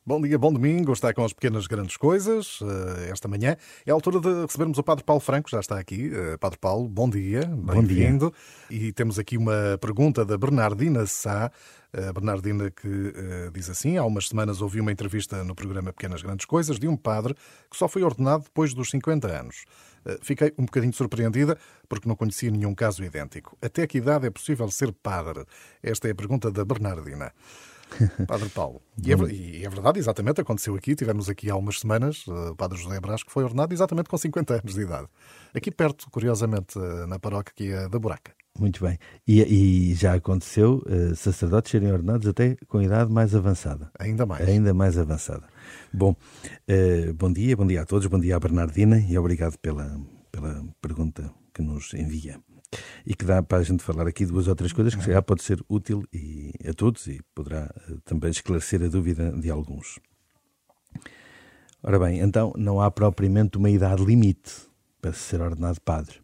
Bom dia, bom domingo. Está com as pequenas grandes coisas. Esta manhã é a altura de recebermos o Padre Paulo Franco, já está aqui. Padre Paulo, bom dia, bem-vindo. E temos aqui uma pergunta da Bernardina Sá. A Bernardina que diz assim: há umas semanas ouvi uma entrevista no programa Pequenas Grandes Coisas de um padre que só foi ordenado depois dos 50 anos. Fiquei um bocadinho surpreendida porque não conhecia nenhum caso idêntico. Até que idade é possível ser padre? Esta é a pergunta da Bernardina. Padre Paulo. E é verdade, exatamente, aconteceu aqui. Tivemos aqui há umas semanas o Padre José Brás, que foi ordenado exatamente com 50 anos de idade. Aqui perto, curiosamente, na paróquia que é da Buraca. Muito bem. E já aconteceu sacerdotes serem ordenados até com idade mais avançada. Ainda mais avançada. Bom, bom dia a todos, bom dia à Bernardina e obrigado pela pergunta que nos envia. E que dá para a gente falar aqui duas ou três coisas que se calhar pode ser útil a todos e poderá também esclarecer a dúvida de alguns. Ora bem, então não há propriamente uma idade limite para ser ordenado padre.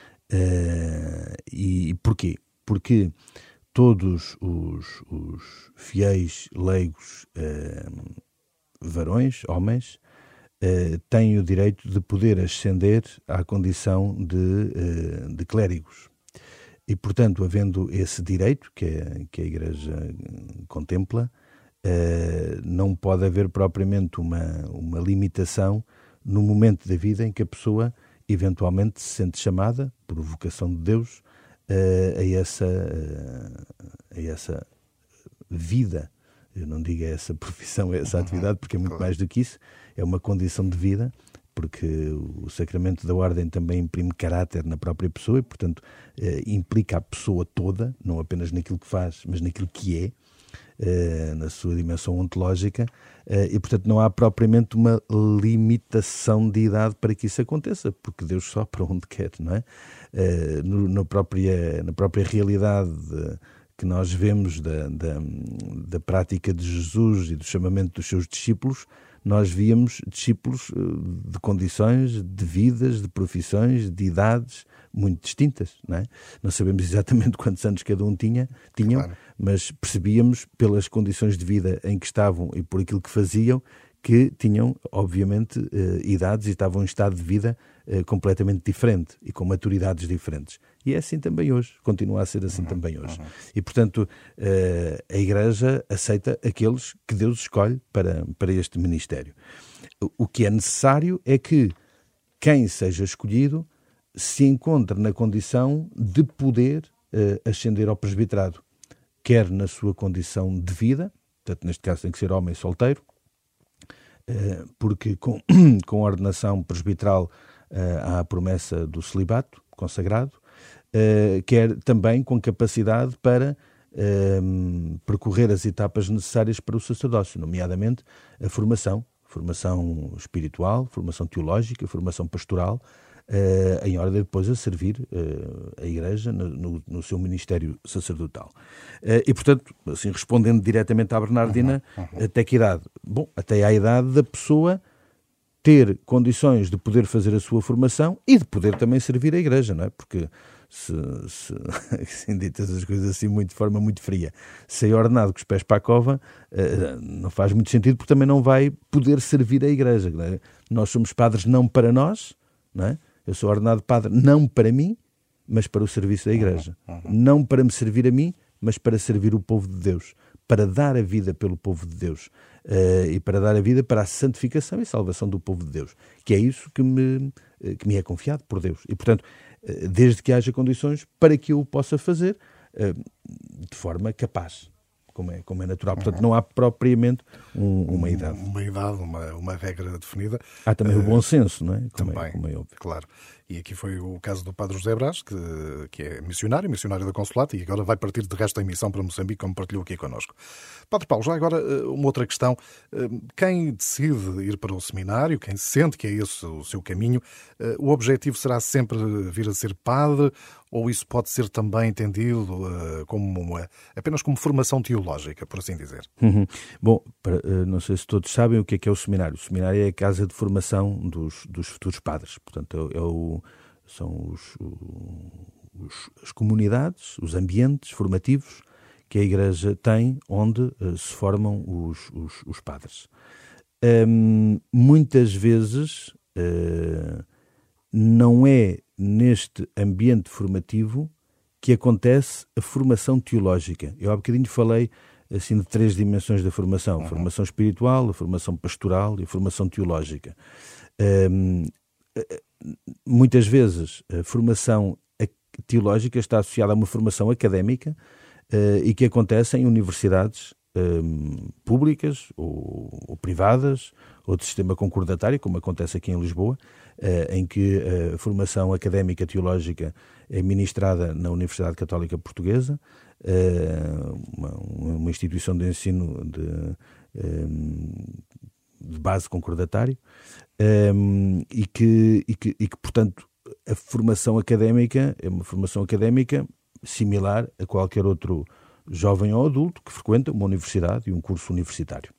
E porquê? Porque todos os fiéis leigos varões, homens, têm o direito de poder ascender à condição de clérigos. E, portanto, havendo esse direito que a Igreja contempla, não pode haver propriamente uma limitação no momento da vida em que a pessoa eventualmente se sente chamada, por vocação de Deus, a essa vida. Eu não digo essa profissão, essa atividade, porque é muito mais do que isso. É uma condição de vida, porque o sacramento da ordem também imprime caráter na própria pessoa e, portanto, implica a pessoa toda, não apenas naquilo que faz, mas naquilo que é, na sua dimensão ontológica, e, portanto, não há propriamente uma limitação de idade para que isso aconteça, porque Deus sopra onde quer, não é? Na própria realidade que nós vemos da prática de Jesus e do chamamento dos seus discípulos, nós víamos discípulos de condições, de vidas, de profissões, de idades muito distintas, não é? Não sabemos exatamente quantos anos cada um tinham, claro, mas percebíamos pelas condições de vida em que estavam e por aquilo que faziam que tinham, obviamente, idades e estavam em estado de vida completamente diferente e com maturidades diferentes. E é assim também hoje, continua a ser assim também hoje. E, portanto, a Igreja aceita aqueles que Deus escolhe para este ministério. O que é necessário é que quem seja escolhido se encontre na condição de poder ascender ao presbiterado, quer na sua condição de vida, portanto, neste caso tem que ser homem solteiro, porque com a ordenação presbiteral há a promessa do celibato consagrado, quer também com capacidade para percorrer as etapas necessárias para o sacerdócio, nomeadamente a formação espiritual, formação teológica, formação pastoral, em ordem depois a servir a Igreja no seu ministério sacerdotal. E, portanto, assim, respondendo diretamente à Bernardina, até que idade? Bom, até à idade da pessoa ter condições de poder fazer a sua formação e de poder também servir a Igreja, não é? Porque se ditas as coisas assim de forma muito fria, se é ordenado com os pés para a cova, não faz muito sentido, porque também não vai poder servir a Igreja, não é? Nós somos padres não para nós, não é? Eu sou ordenado padre não para mim, mas para o serviço da Igreja. Não para me servir a mim, mas para servir o povo de Deus, para dar a vida pelo povo de Deus, e para dar a vida para a santificação e salvação do povo de Deus, que é isso que me é confiado por Deus. E, portanto, desde que haja condições para que eu o possa fazer de forma capaz, como é natural. Portanto, não há propriamente uma idade. Uma regra definida. Há também o bom senso, não é? Também, como é óbvio. Claro. E aqui foi o caso do Padre José Brás, que é missionário da Consolata, e agora vai partir de resto em missão para Moçambique, como partilhou aqui connosco. Padre Paulo, já agora uma outra questão. Quem decide ir para o seminário, quem sente que é esse o seu caminho, o objetivo será sempre vir a ser padre, ou isso pode ser também entendido apenas como formação teológica, por assim dizer? Bom, não sei se todos sabem o que é o seminário. O seminário é a casa de formação dos futuros padres. Portanto, são as comunidades, os ambientes formativos que a Igreja tem, onde se formam os padres. Muitas vezes não é neste ambiente formativo que acontece a formação teológica. Eu há bocadinho falei assim de 3 dimensões da formação: a formação espiritual, a formação pastoral e a formação teológica. Muitas vezes a formação teológica está associada a uma formação académica e que acontece em universidades públicas ou privadas, ou de sistema concordatário, como acontece aqui em Lisboa, em que a formação académica teológica é ministrada na Universidade Católica Portuguesa, uma instituição de ensino de base concordatário, e que, portanto, a formação académica é uma formação académica similar a qualquer outro jovem ou adulto que frequenta uma universidade e um curso universitário.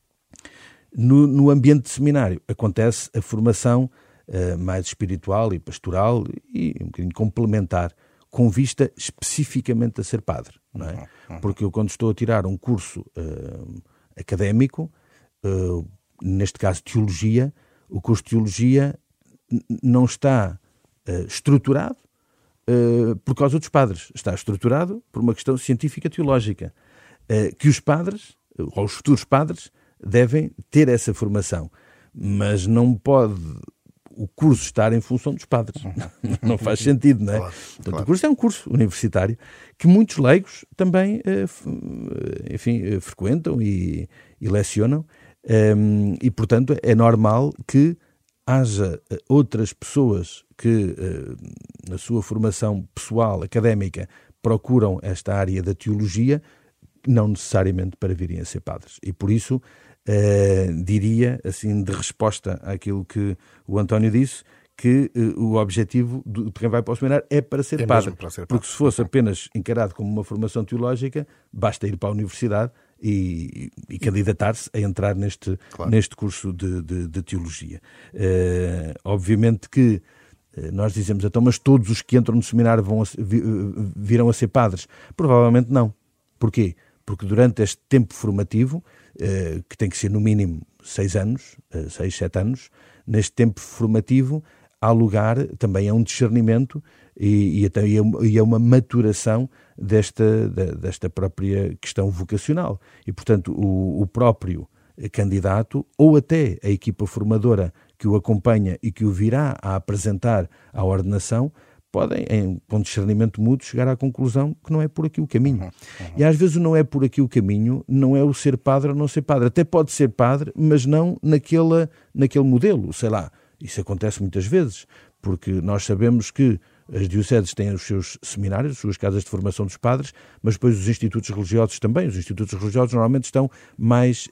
No ambiente de seminário acontece a formação mais espiritual e pastoral e um bocadinho complementar, com vista especificamente a ser padre, não é? Porque eu, quando estou a tirar um curso académico, neste caso teologia, o curso de teologia não está estruturado por causa dos padres. Está estruturado por uma questão científica teológica, que os padres, ou os futuros padres, devem ter essa formação. Mas não pode o curso estar em função dos padres. Não faz sentido, não é? Claro, Portanto, claro. o curso é um curso universitário que muitos leigos também frequentam e lecionam, e, portanto, é normal que haja outras pessoas que, na sua formação pessoal, académica, procuram esta área da teologia, não necessariamente para virem a ser padres. E por isso, diria, assim, de resposta àquilo que o António disse, que o objetivo de quem vai para o seminário é para ser padre. Para ser padre. Porque se fosse apenas encarado como uma formação teológica, basta ir para a universidade e candidatar-se a entrar neste curso de teologia. Obviamente que nós dizemos, então, mas todos os que entram no seminário virão a ser padres? Provavelmente não. Porquê? Porque durante este tempo formativo, que tem que ser no mínimo 6 anos, 6, 7 anos, neste tempo formativo há lugar também a um discernimento e a uma maturação desta própria questão vocacional. E, portanto, o próprio candidato, ou até a equipa formadora que o acompanha e que o virá a apresentar à ordenação, podem, com discernimento mútuo, chegar à conclusão que não é por aqui o caminho. E às vezes o não é por aqui o caminho não é o ser padre ou não ser padre. Até pode ser padre, mas não naquele modelo. Sei lá, isso acontece muitas vezes, porque nós sabemos que as dioceses têm os seus seminários, as suas casas de formação dos padres, mas depois os institutos religiosos também. Os institutos religiosos normalmente estão mais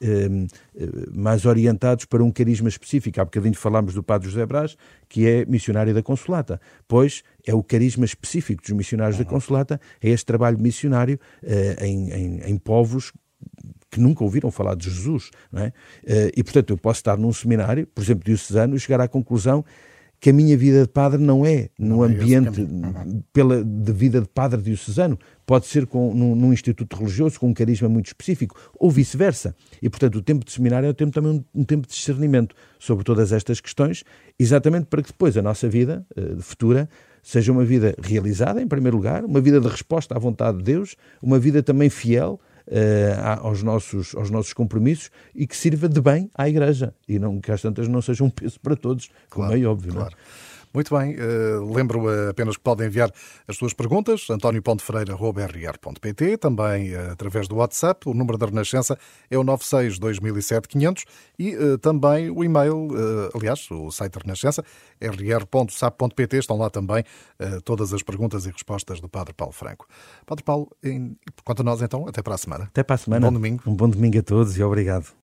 orientados para um carisma específico. Há bocadinho falámos do padre José Brás, que é missionário da Consolata. Pois é o carisma específico dos missionários da Consolata, é este trabalho missionário em povos que nunca ouviram falar de Jesus, não é? E, portanto, eu posso estar num seminário, por exemplo, diocesano, e chegar à conclusão que a minha vida de padre não é no ambiente de vida de padre diocesano. Pode ser num instituto religioso com um carisma muito específico, ou vice-versa. E, portanto, o tempo de seminário é também um tempo de discernimento sobre todas estas questões, exatamente para que depois a nossa vida futura seja uma vida realizada, em primeiro lugar, uma vida de resposta à vontade de Deus, uma vida também fiel aos nossos compromissos e que sirva de bem à Igreja e não, que às tantas não seja um peso para todos, como é óbvio. Claro. Não é? Muito bem, lembro apenas que podem enviar as suas perguntas, antonio.ferreira@rr.pt, também através do WhatsApp. O número da Renascença é o 96 2007 500 e também o e-mail, aliás, o site da Renascença, rr.sap.pt, estão lá também todas as perguntas e respostas do Padre Paulo Franco. Padre Paulo, quanto a nós então, até para a semana. Até para a semana. Um bom domingo. Um bom domingo a todos e obrigado.